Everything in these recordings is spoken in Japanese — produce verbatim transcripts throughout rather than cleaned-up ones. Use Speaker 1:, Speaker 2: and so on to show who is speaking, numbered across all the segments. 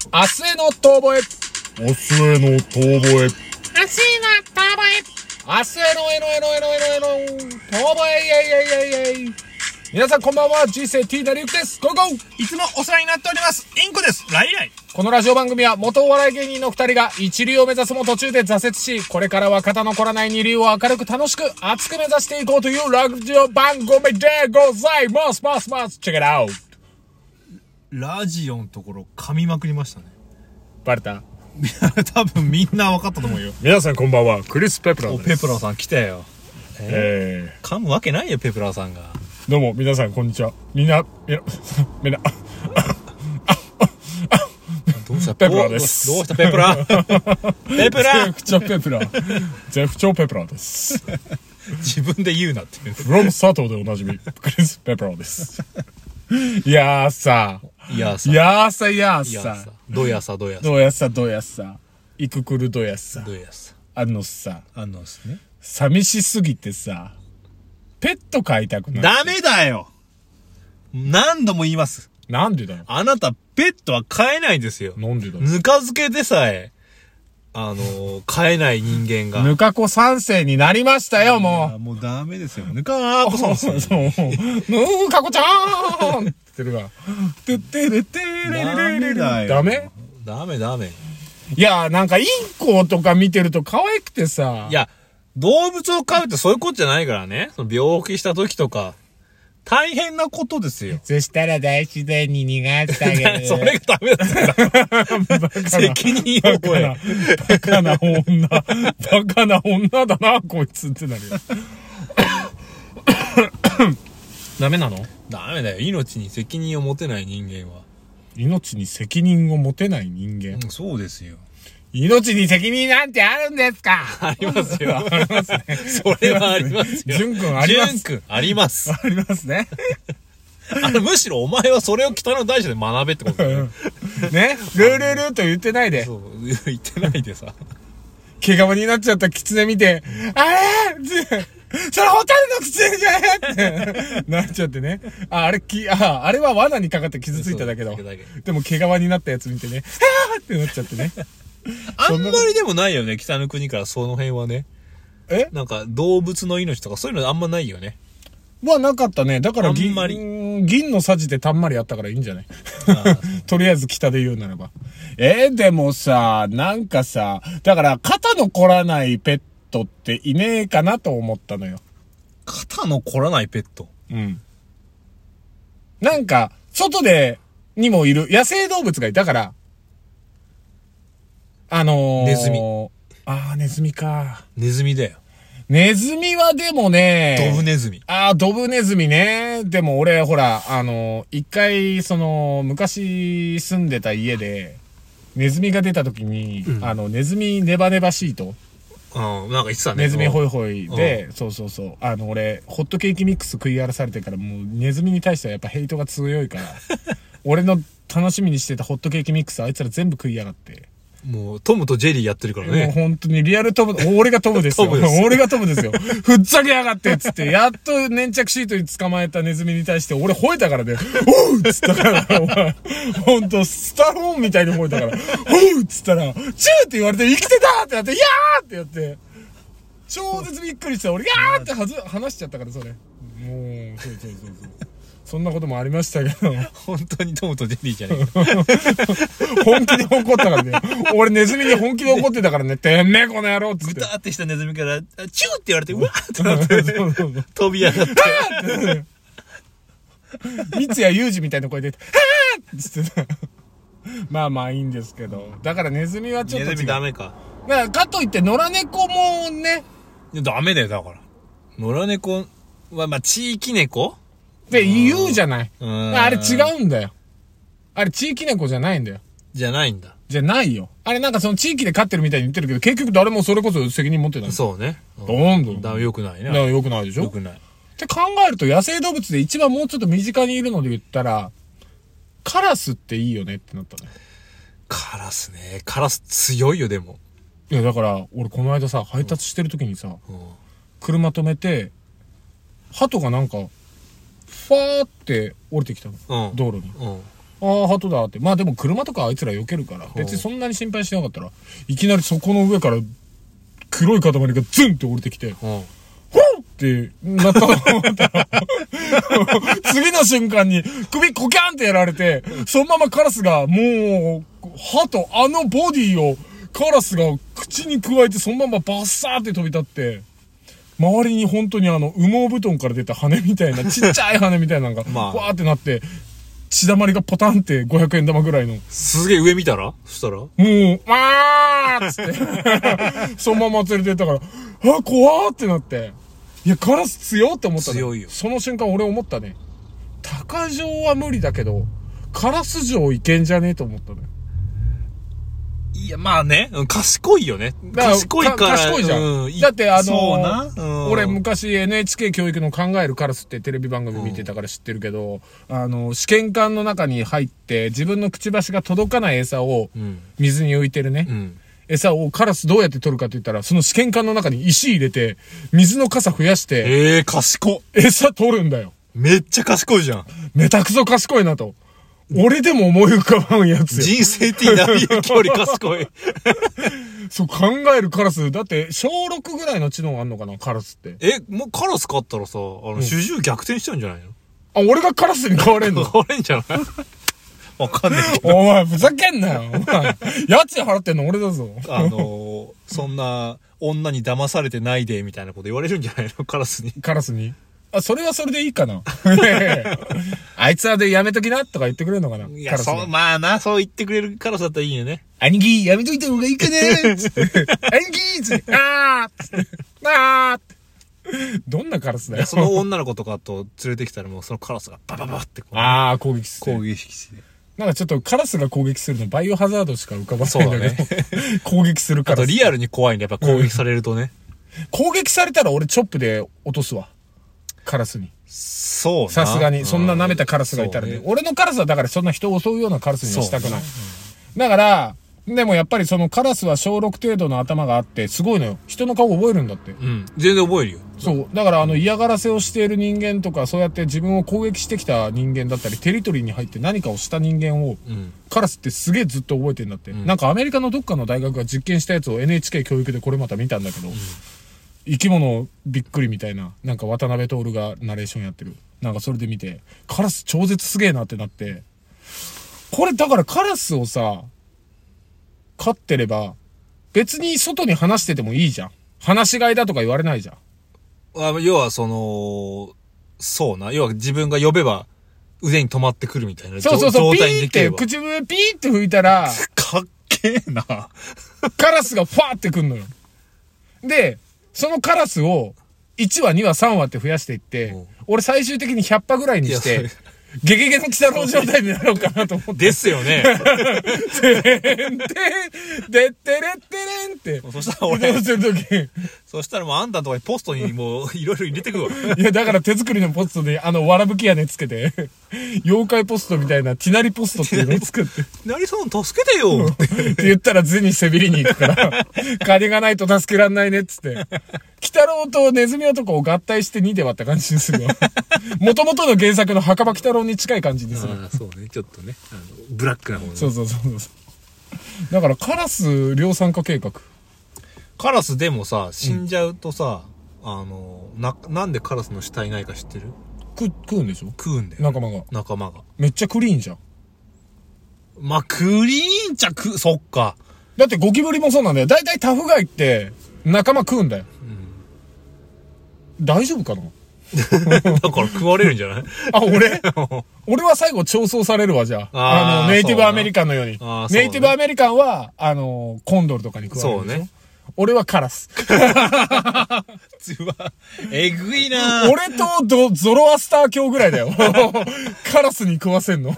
Speaker 1: 明日への遠吠え。
Speaker 2: 明日への遠吠え。
Speaker 1: 明日への遠吠え。明日へのえのえのえのえのえの遠吠え。イェイイェイイェイイェイ。皆さんこんばんは。人生 T なりゆきです。ゴーゴー。
Speaker 2: いつもお世話になっております。インコです。ライライ。
Speaker 1: このラジオ番組は元お笑い芸人の二人が一流を目指すも途中で挫折し、これからは肩の凝らない二流を明るく楽しく熱く目指していこうというラジオ番組でございます。ますます。チェックアウト。
Speaker 2: ラジオのところ噛みまくりましたね。
Speaker 1: バレた？
Speaker 2: 多分みんな分かったと思うよ。
Speaker 1: 皆さんこんばんは。クリス・ペプラー
Speaker 2: お、
Speaker 1: です。
Speaker 2: ペプラーさん来たよ。
Speaker 1: えー、
Speaker 2: 噛むわけないよ、ペプラーさんが。
Speaker 1: どうも皆さんこんにちは。みんな、みんな、みんな、
Speaker 2: どうした
Speaker 1: ペプラーです。
Speaker 2: どうしたペプラーペプラー
Speaker 1: 絶不調ペプラー。絶不調ペプラーです。
Speaker 2: 自分で言うなっていう。
Speaker 1: from 佐藤でおなじみ、クリス・ペプラーです。いやーさ、
Speaker 2: いやさ。
Speaker 1: いやーさ、いやー
Speaker 2: いや
Speaker 1: さ
Speaker 2: さ。どやさ、どやさ。
Speaker 1: どうやさ、どうやさ。いくくるどやさ。
Speaker 2: どやさ。
Speaker 1: あのさ、
Speaker 2: あのですね。
Speaker 1: 寂しすぎてさ、ペット飼いたくなる。
Speaker 2: ダメだよ何度も言います。
Speaker 1: なんでだよ。
Speaker 2: あなた、ペットは飼えないですよ。
Speaker 1: なんでだよ。
Speaker 2: ぬか漬けでさえ、あのー、飼えない人間が。
Speaker 1: ぬかこ三世になりましたよ、もう。
Speaker 2: もうダメですよ。ぬかーこさん
Speaker 1: そうそう。ぬーかこちゃーんって言ってるが。てってれってれれれれれ。ダメ？
Speaker 2: ダメダメ。
Speaker 1: いや、なんかインコとか見てると可愛くてさ。
Speaker 2: いや、動物を飼うってそういうことじゃないからね。その病気した時とか、大変なことですよ。
Speaker 1: そしたら大自然に逃がしてあげる。
Speaker 2: それがダメだったら。責任を負え。
Speaker 1: バカな女。バカな女だな、こいつってなるよ。ダメなの？
Speaker 2: ダメだよ。命に責任を持てない人間は。
Speaker 1: 命に責任を持てない人間。
Speaker 2: うん、そうですよ。
Speaker 1: 命に責任なんてあるんですか？
Speaker 2: ありますよ。
Speaker 1: ありますね。
Speaker 2: それはありますよ。
Speaker 1: ジュン君あります。
Speaker 2: ジュン君あります。
Speaker 1: ありますね。
Speaker 2: あの、むしろお前はそれを北の大地で学べってことだよ。
Speaker 1: ね。ルールールーと言ってないで。
Speaker 2: そう、言ってないでさ。
Speaker 1: 毛皮になっちゃった狐見て、あれそれホタルの狐じゃねってなっちゃってね。あ、あれき、あ、あれは罠にかかって傷ついただけど。でも毛皮になったやつ見てね、はぁってなっちゃってね。
Speaker 2: あんまりでもないよね、北の国からその辺はね。
Speaker 1: え
Speaker 2: なんか動物の命とかそういうのあんまないよね。
Speaker 1: はなかったね。だから銀、
Speaker 2: あんまり
Speaker 1: 銀のさじでたんまりあったからいいんじゃないとりあえず北で言うならば。えー、でもさ、なんかさ、だから肩の凝らないペットっていねえかなと思ったのよ。
Speaker 2: 肩の凝らないペット。
Speaker 1: うん。なんか、外で、にもいる野生動物がいたから、あのー、
Speaker 2: ネズミ。
Speaker 1: あー、ネズミか。
Speaker 2: ネズミだよ。
Speaker 1: ネズミはでもね、
Speaker 2: ドブネズミ。
Speaker 1: あー、ドブネズミね。でも俺、ほら、あのー、一回、その、昔住んでた家で、ネズミが出た時に、うん、あの、ネズミネバネバシート。
Speaker 2: うん、なんか言ってたね。
Speaker 1: ネズミホイホイで、うん、そうそうそう。あの、俺、ホットケーキミックス食い荒らされてから、もう、ネズミに対してはやっぱヘイトが強いから、俺の楽しみにしてたホットケーキミックス、あいつら全部食いやがって。
Speaker 2: もう、トムとジェリーやってるからね。
Speaker 1: もう本当にリアルトム、俺がトムですよ。です俺がトムですよ。ふっざけやがってっつって、やっと粘着シートに捕まえたネズミに対して、俺吠えたからね、おうっつったから、お前、ほんと、スタローンみたいに吠えたから、おうっつったら、チューって言われて、生きてたってなって、やーってやって、超絶びっくりした。俺、やーってはず、話しちゃったから、それ。もう、そうそうそうそう。そんなこともありましたけど。
Speaker 2: 本当にトムとジェリーじゃねえか。
Speaker 1: 本気で怒ったからね。俺ネズミに本気で怒ってたからね。てめえこの野郎っつって。
Speaker 2: ぐたーってしたネズミから、チューって言われて、うわーってなって、そうそうそう飛び上がって。
Speaker 1: 三谷裕二みたいな声で、はーっつってた。まあまあいいんですけど。だからネズミはちょっと違う。
Speaker 2: ネズミダメか。
Speaker 1: だからかといって野良猫もね。
Speaker 2: ダメだよ、だから。野良猫は、まあ地域猫
Speaker 1: って言うじゃない。
Speaker 2: うん。
Speaker 1: あれ違うんだよ。あれ地域猫じゃないんだよ。
Speaker 2: じゃないんだ。
Speaker 1: じゃないよ。あれなんかその地域で飼ってるみたいに言ってるけど、結局誰もそれこそ責任持ってない。
Speaker 2: そうね。
Speaker 1: どんどん。
Speaker 2: だから良くないね。
Speaker 1: だから良くないでしょ？
Speaker 2: 良くない。
Speaker 1: って考えると野生動物で一番もうちょっと身近にいるので言ったら、カラスっていいよねってなったね。
Speaker 2: カラスね。カラス強いよ、でも。
Speaker 1: いやだから、俺この間さ、配達してる時にさ、うん、車止めて、鳩がなんか、ファーって降りてきたの、うん、道路に、うん、 ああ、鳩だって。まあでも車とかあいつら避けるから、別にそんなに心配しなかったら、いきなりそこの上から黒い塊がズンって降りてきて、ほんってなったと思ったら、次の瞬間に首コキャンってやられて、そのままカラスがもう、鳩、あのボディをカラスが口に加えてそのままバッサーって飛び立って、周りに本当にあの羽毛布団から出た羽みたいな、ちっちゃい羽みたいなのが、
Speaker 2: まあ、
Speaker 1: わーってなって、血だまりがポタンってごひゃくえん玉ぐらいの。
Speaker 2: すげえ上見たらそしたらも
Speaker 1: う、わーっつって。そのまま連れてったから、あ、怖ーってなって。いや、カラス強って思ったね。
Speaker 2: 強いよ。
Speaker 1: その瞬間俺思ったね。鷹城は無理だけど、カラス城いけんじゃねえと思ったね。
Speaker 2: いや、まあね、賢いよね。賢いから。
Speaker 1: 賢いじゃん。
Speaker 2: うん、
Speaker 1: だってあのー、
Speaker 2: そうな、うん、
Speaker 1: 俺昔 エヌエイチケー 教育の考えるカラスってテレビ番組見てたから知ってるけど、うん、あの、試験管の中に入って自分のくちばしが届かない餌を水に浮いてるね。うん、餌をカラスどうやって取るかって言ったら、その試験管の中に石入れて、水の傘増やして、
Speaker 2: ええー、賢っ。
Speaker 1: 餌取るんだよ。
Speaker 2: めっちゃ賢いじゃん。
Speaker 1: めたくそ賢いなと。俺でも思い浮かばんやつよ。
Speaker 2: 人生的な影響より賢い。
Speaker 1: そう考えるカラス。だって、小ろくぐらいの知能あんのかな、カラスって。
Speaker 2: え、もうカラス飼ったらさ、あの、主従逆転しちゃうんじゃないの？
Speaker 1: あ、俺がカラスに変われんの？
Speaker 2: 変われんじゃないわかんないけ
Speaker 1: ど。お前、ふざけんなよ。お前、家賃払ってんの俺だぞ。
Speaker 2: あのー、そんな、女に騙されてないで、みたいなこと言われるんじゃないの？カラスに。
Speaker 1: カラスに？あ、それはそれでいいかな。あいつはでやめときなとか言ってくれるのかな。
Speaker 2: いや、そう、まあな、そう言ってくれるカラスだったらいいよね。
Speaker 1: 兄貴、やめといた方がいいかねつって。兄貴つって、あーつって、あーって。どんなカラスだよ。
Speaker 2: その女の子とかと連れてきたらもうそのカラスがバババってこう。
Speaker 1: ああ、攻撃して。
Speaker 2: 攻撃して。
Speaker 1: なんかちょっとカラスが攻撃するのバイオハザードしか浮かばないんだけど。そうだね。攻撃するカラス。
Speaker 2: あとリアルに怖いんで、やっぱ攻撃されるとね。
Speaker 1: 攻撃されたら俺チョップで落とすわ。カラスに。
Speaker 2: そう
Speaker 1: さすがに。そんな舐めたカラスがいたらね。俺のカラスはだからそんな人を襲うようなカラスにはしたくない。だから、でもやっぱりそのカラスは小ろく程度の頭があって、すごいのよ。人の顔覚えるんだって。
Speaker 2: うん。全然覚えるよ。
Speaker 1: そう。だからあの嫌がらせをしている人間とか、そうやって自分を攻撃してきた人間だったり、テリトリーに入って何かをした人間を、うん、カラスってすげえずっと覚えてるんだって。うん、なんかアメリカのどっかの大学が実験したやつを エヌエイチケー 教育でこれまた見たんだけど、うん、生き物びっくりみたいな、なんか渡辺徹がナレーションやってる。なんかそれで見て、カラス超絶すげえなってなって、これだからカラスをさ、飼ってれば、別に外に話しててもいいじゃん。話し飼いだとか言われないじゃん。
Speaker 2: あ、要はその、そうな。要は自分が呼べば腕に止まってくるみたいな。
Speaker 1: そうそうそう、ピーって、口笛ピーって吹いたら、
Speaker 2: かっけえな。
Speaker 1: カラスがファーってくんのよ。で、そのカラスをいちわ、にわ、さんわって増やしていって、俺最終的にひゃっぱぐらいにして、ゲゲゲの鬼太郎状態になろうかなと思って。
Speaker 2: ですよね。
Speaker 1: てんてん、でってれってれんって。
Speaker 2: そしたら俺、
Speaker 1: するとき。
Speaker 2: そしたらもうあんたのとこにポストにもういろいろ入れてくわ。
Speaker 1: いや、だから手作りのポストで、あの、わらぶき屋根つけて、妖怪ポストみたいな、ティナリポストっていうのを作って。テ
Speaker 2: ィナリさん助けてよ
Speaker 1: って言ったら図に背びりに行くから、金がないと助けらんないねっつって。鬼太郎とネズミ男を合体してにで割った感じにするわ。もともとの原作の墓場鬼太郎に近い感じにする。
Speaker 2: ああ、そうね。ちょっとね。あのブラックな方ね。
Speaker 1: そうそうそうそう。だからカラス量産化計画。
Speaker 2: カラスでもさ、死んじゃうとさ、うん、あの、な、なんでカラスの死体ないか知ってる？
Speaker 1: 食、食うんでしょ？
Speaker 2: 食うんだよ。
Speaker 1: 仲間が。
Speaker 2: 仲間が。
Speaker 1: めっちゃクリーンじゃん。
Speaker 2: まあ、クリーンちゃく、そっか。
Speaker 1: だってゴキブリもそうなんだよ。だいたいタフガイって仲間食うんだよ。うん、大丈夫かな
Speaker 2: だから食われるんじゃない？
Speaker 1: あ、俺俺は最後調創されるわ、じゃあ。あの、ネイティブアメリカンのように。うネイティブアメリカンは、あの、コンドルとかに食われるでしょ。そうね。俺はカラス。
Speaker 2: えぐいな
Speaker 1: 俺とドゾロアスター教ぐらいだよ。カラスに食わせんの。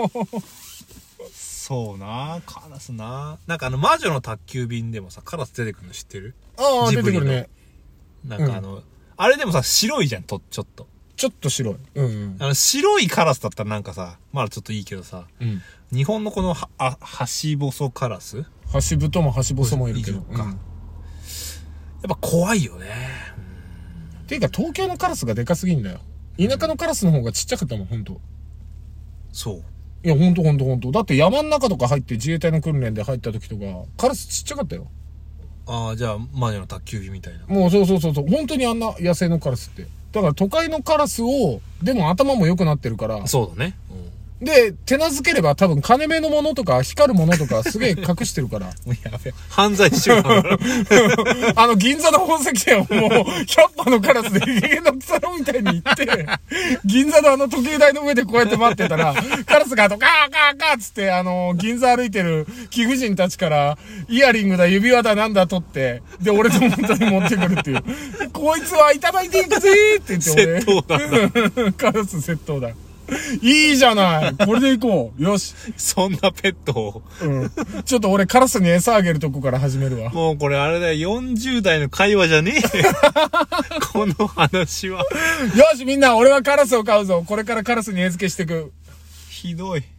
Speaker 2: そうなカラスななんかあの魔女の宅急便でもさ、カラス出てくるの知ってる？
Speaker 1: ああ、出てくるね。
Speaker 2: なんかあの、うん、あれでもさ、白いじゃん、と、ちょっと。
Speaker 1: ちょっと白い。うん、うん。
Speaker 2: あの、白いカラスだったらなんかさ、まだちょっといいけどさ、うん、日本のこの、は、あ、ハシボソカラス？
Speaker 1: ハシブトもハシボソもいるけど。
Speaker 2: か。うん、やっぱ怖いよね。
Speaker 1: うん、ていうか、東京のカラスがでかすぎんだよ。田舎のカラスの方がちっちゃかったもん、ほんと。
Speaker 2: そう。
Speaker 1: いや、ほんとほんとほんと。だって山の中とか入って自衛隊の訓練で入った時とか、カラスちっちゃかったよ。
Speaker 2: ああ、じゃあ、魔女の宅急便みたいな。
Speaker 1: もうそうそうそうそう。本当にあんな野生のカラスって。だから都会のカラスを、でも頭も良くなってるから。
Speaker 2: そうだね。うん
Speaker 1: で、手なずければ多分金目のものとか光るものとかすげえ隠してるから。
Speaker 2: やべえ。犯罪集団。
Speaker 1: あの、銀座の宝石店をもう、ひゃっぱのカラスでゲゲの草のみたいに行って、銀座のあの時計台の上でこうやって待ってたら、カラスがあとカーカーカーつって、あの、銀座歩いてる貴婦人たちから、イヤリングだ、指輪だ、なんだ取って、で、俺と本当に持ってくるっていう。こいつはいただいていくぜーって言って俺。
Speaker 2: 窃盗だ。
Speaker 1: カラス窃盗だ。いいじゃない。これで行こう。よし。
Speaker 2: そんなペットを。
Speaker 1: うん。ちょっと俺カラスに餌あげるとこから始めるわ。
Speaker 2: もうこれあれだよ、よんじゅう代の会話じゃねえよ。この話は。
Speaker 1: よしみんな、俺はカラスを飼うぞ。これからカラスに餌付けしていく。
Speaker 2: ひどい。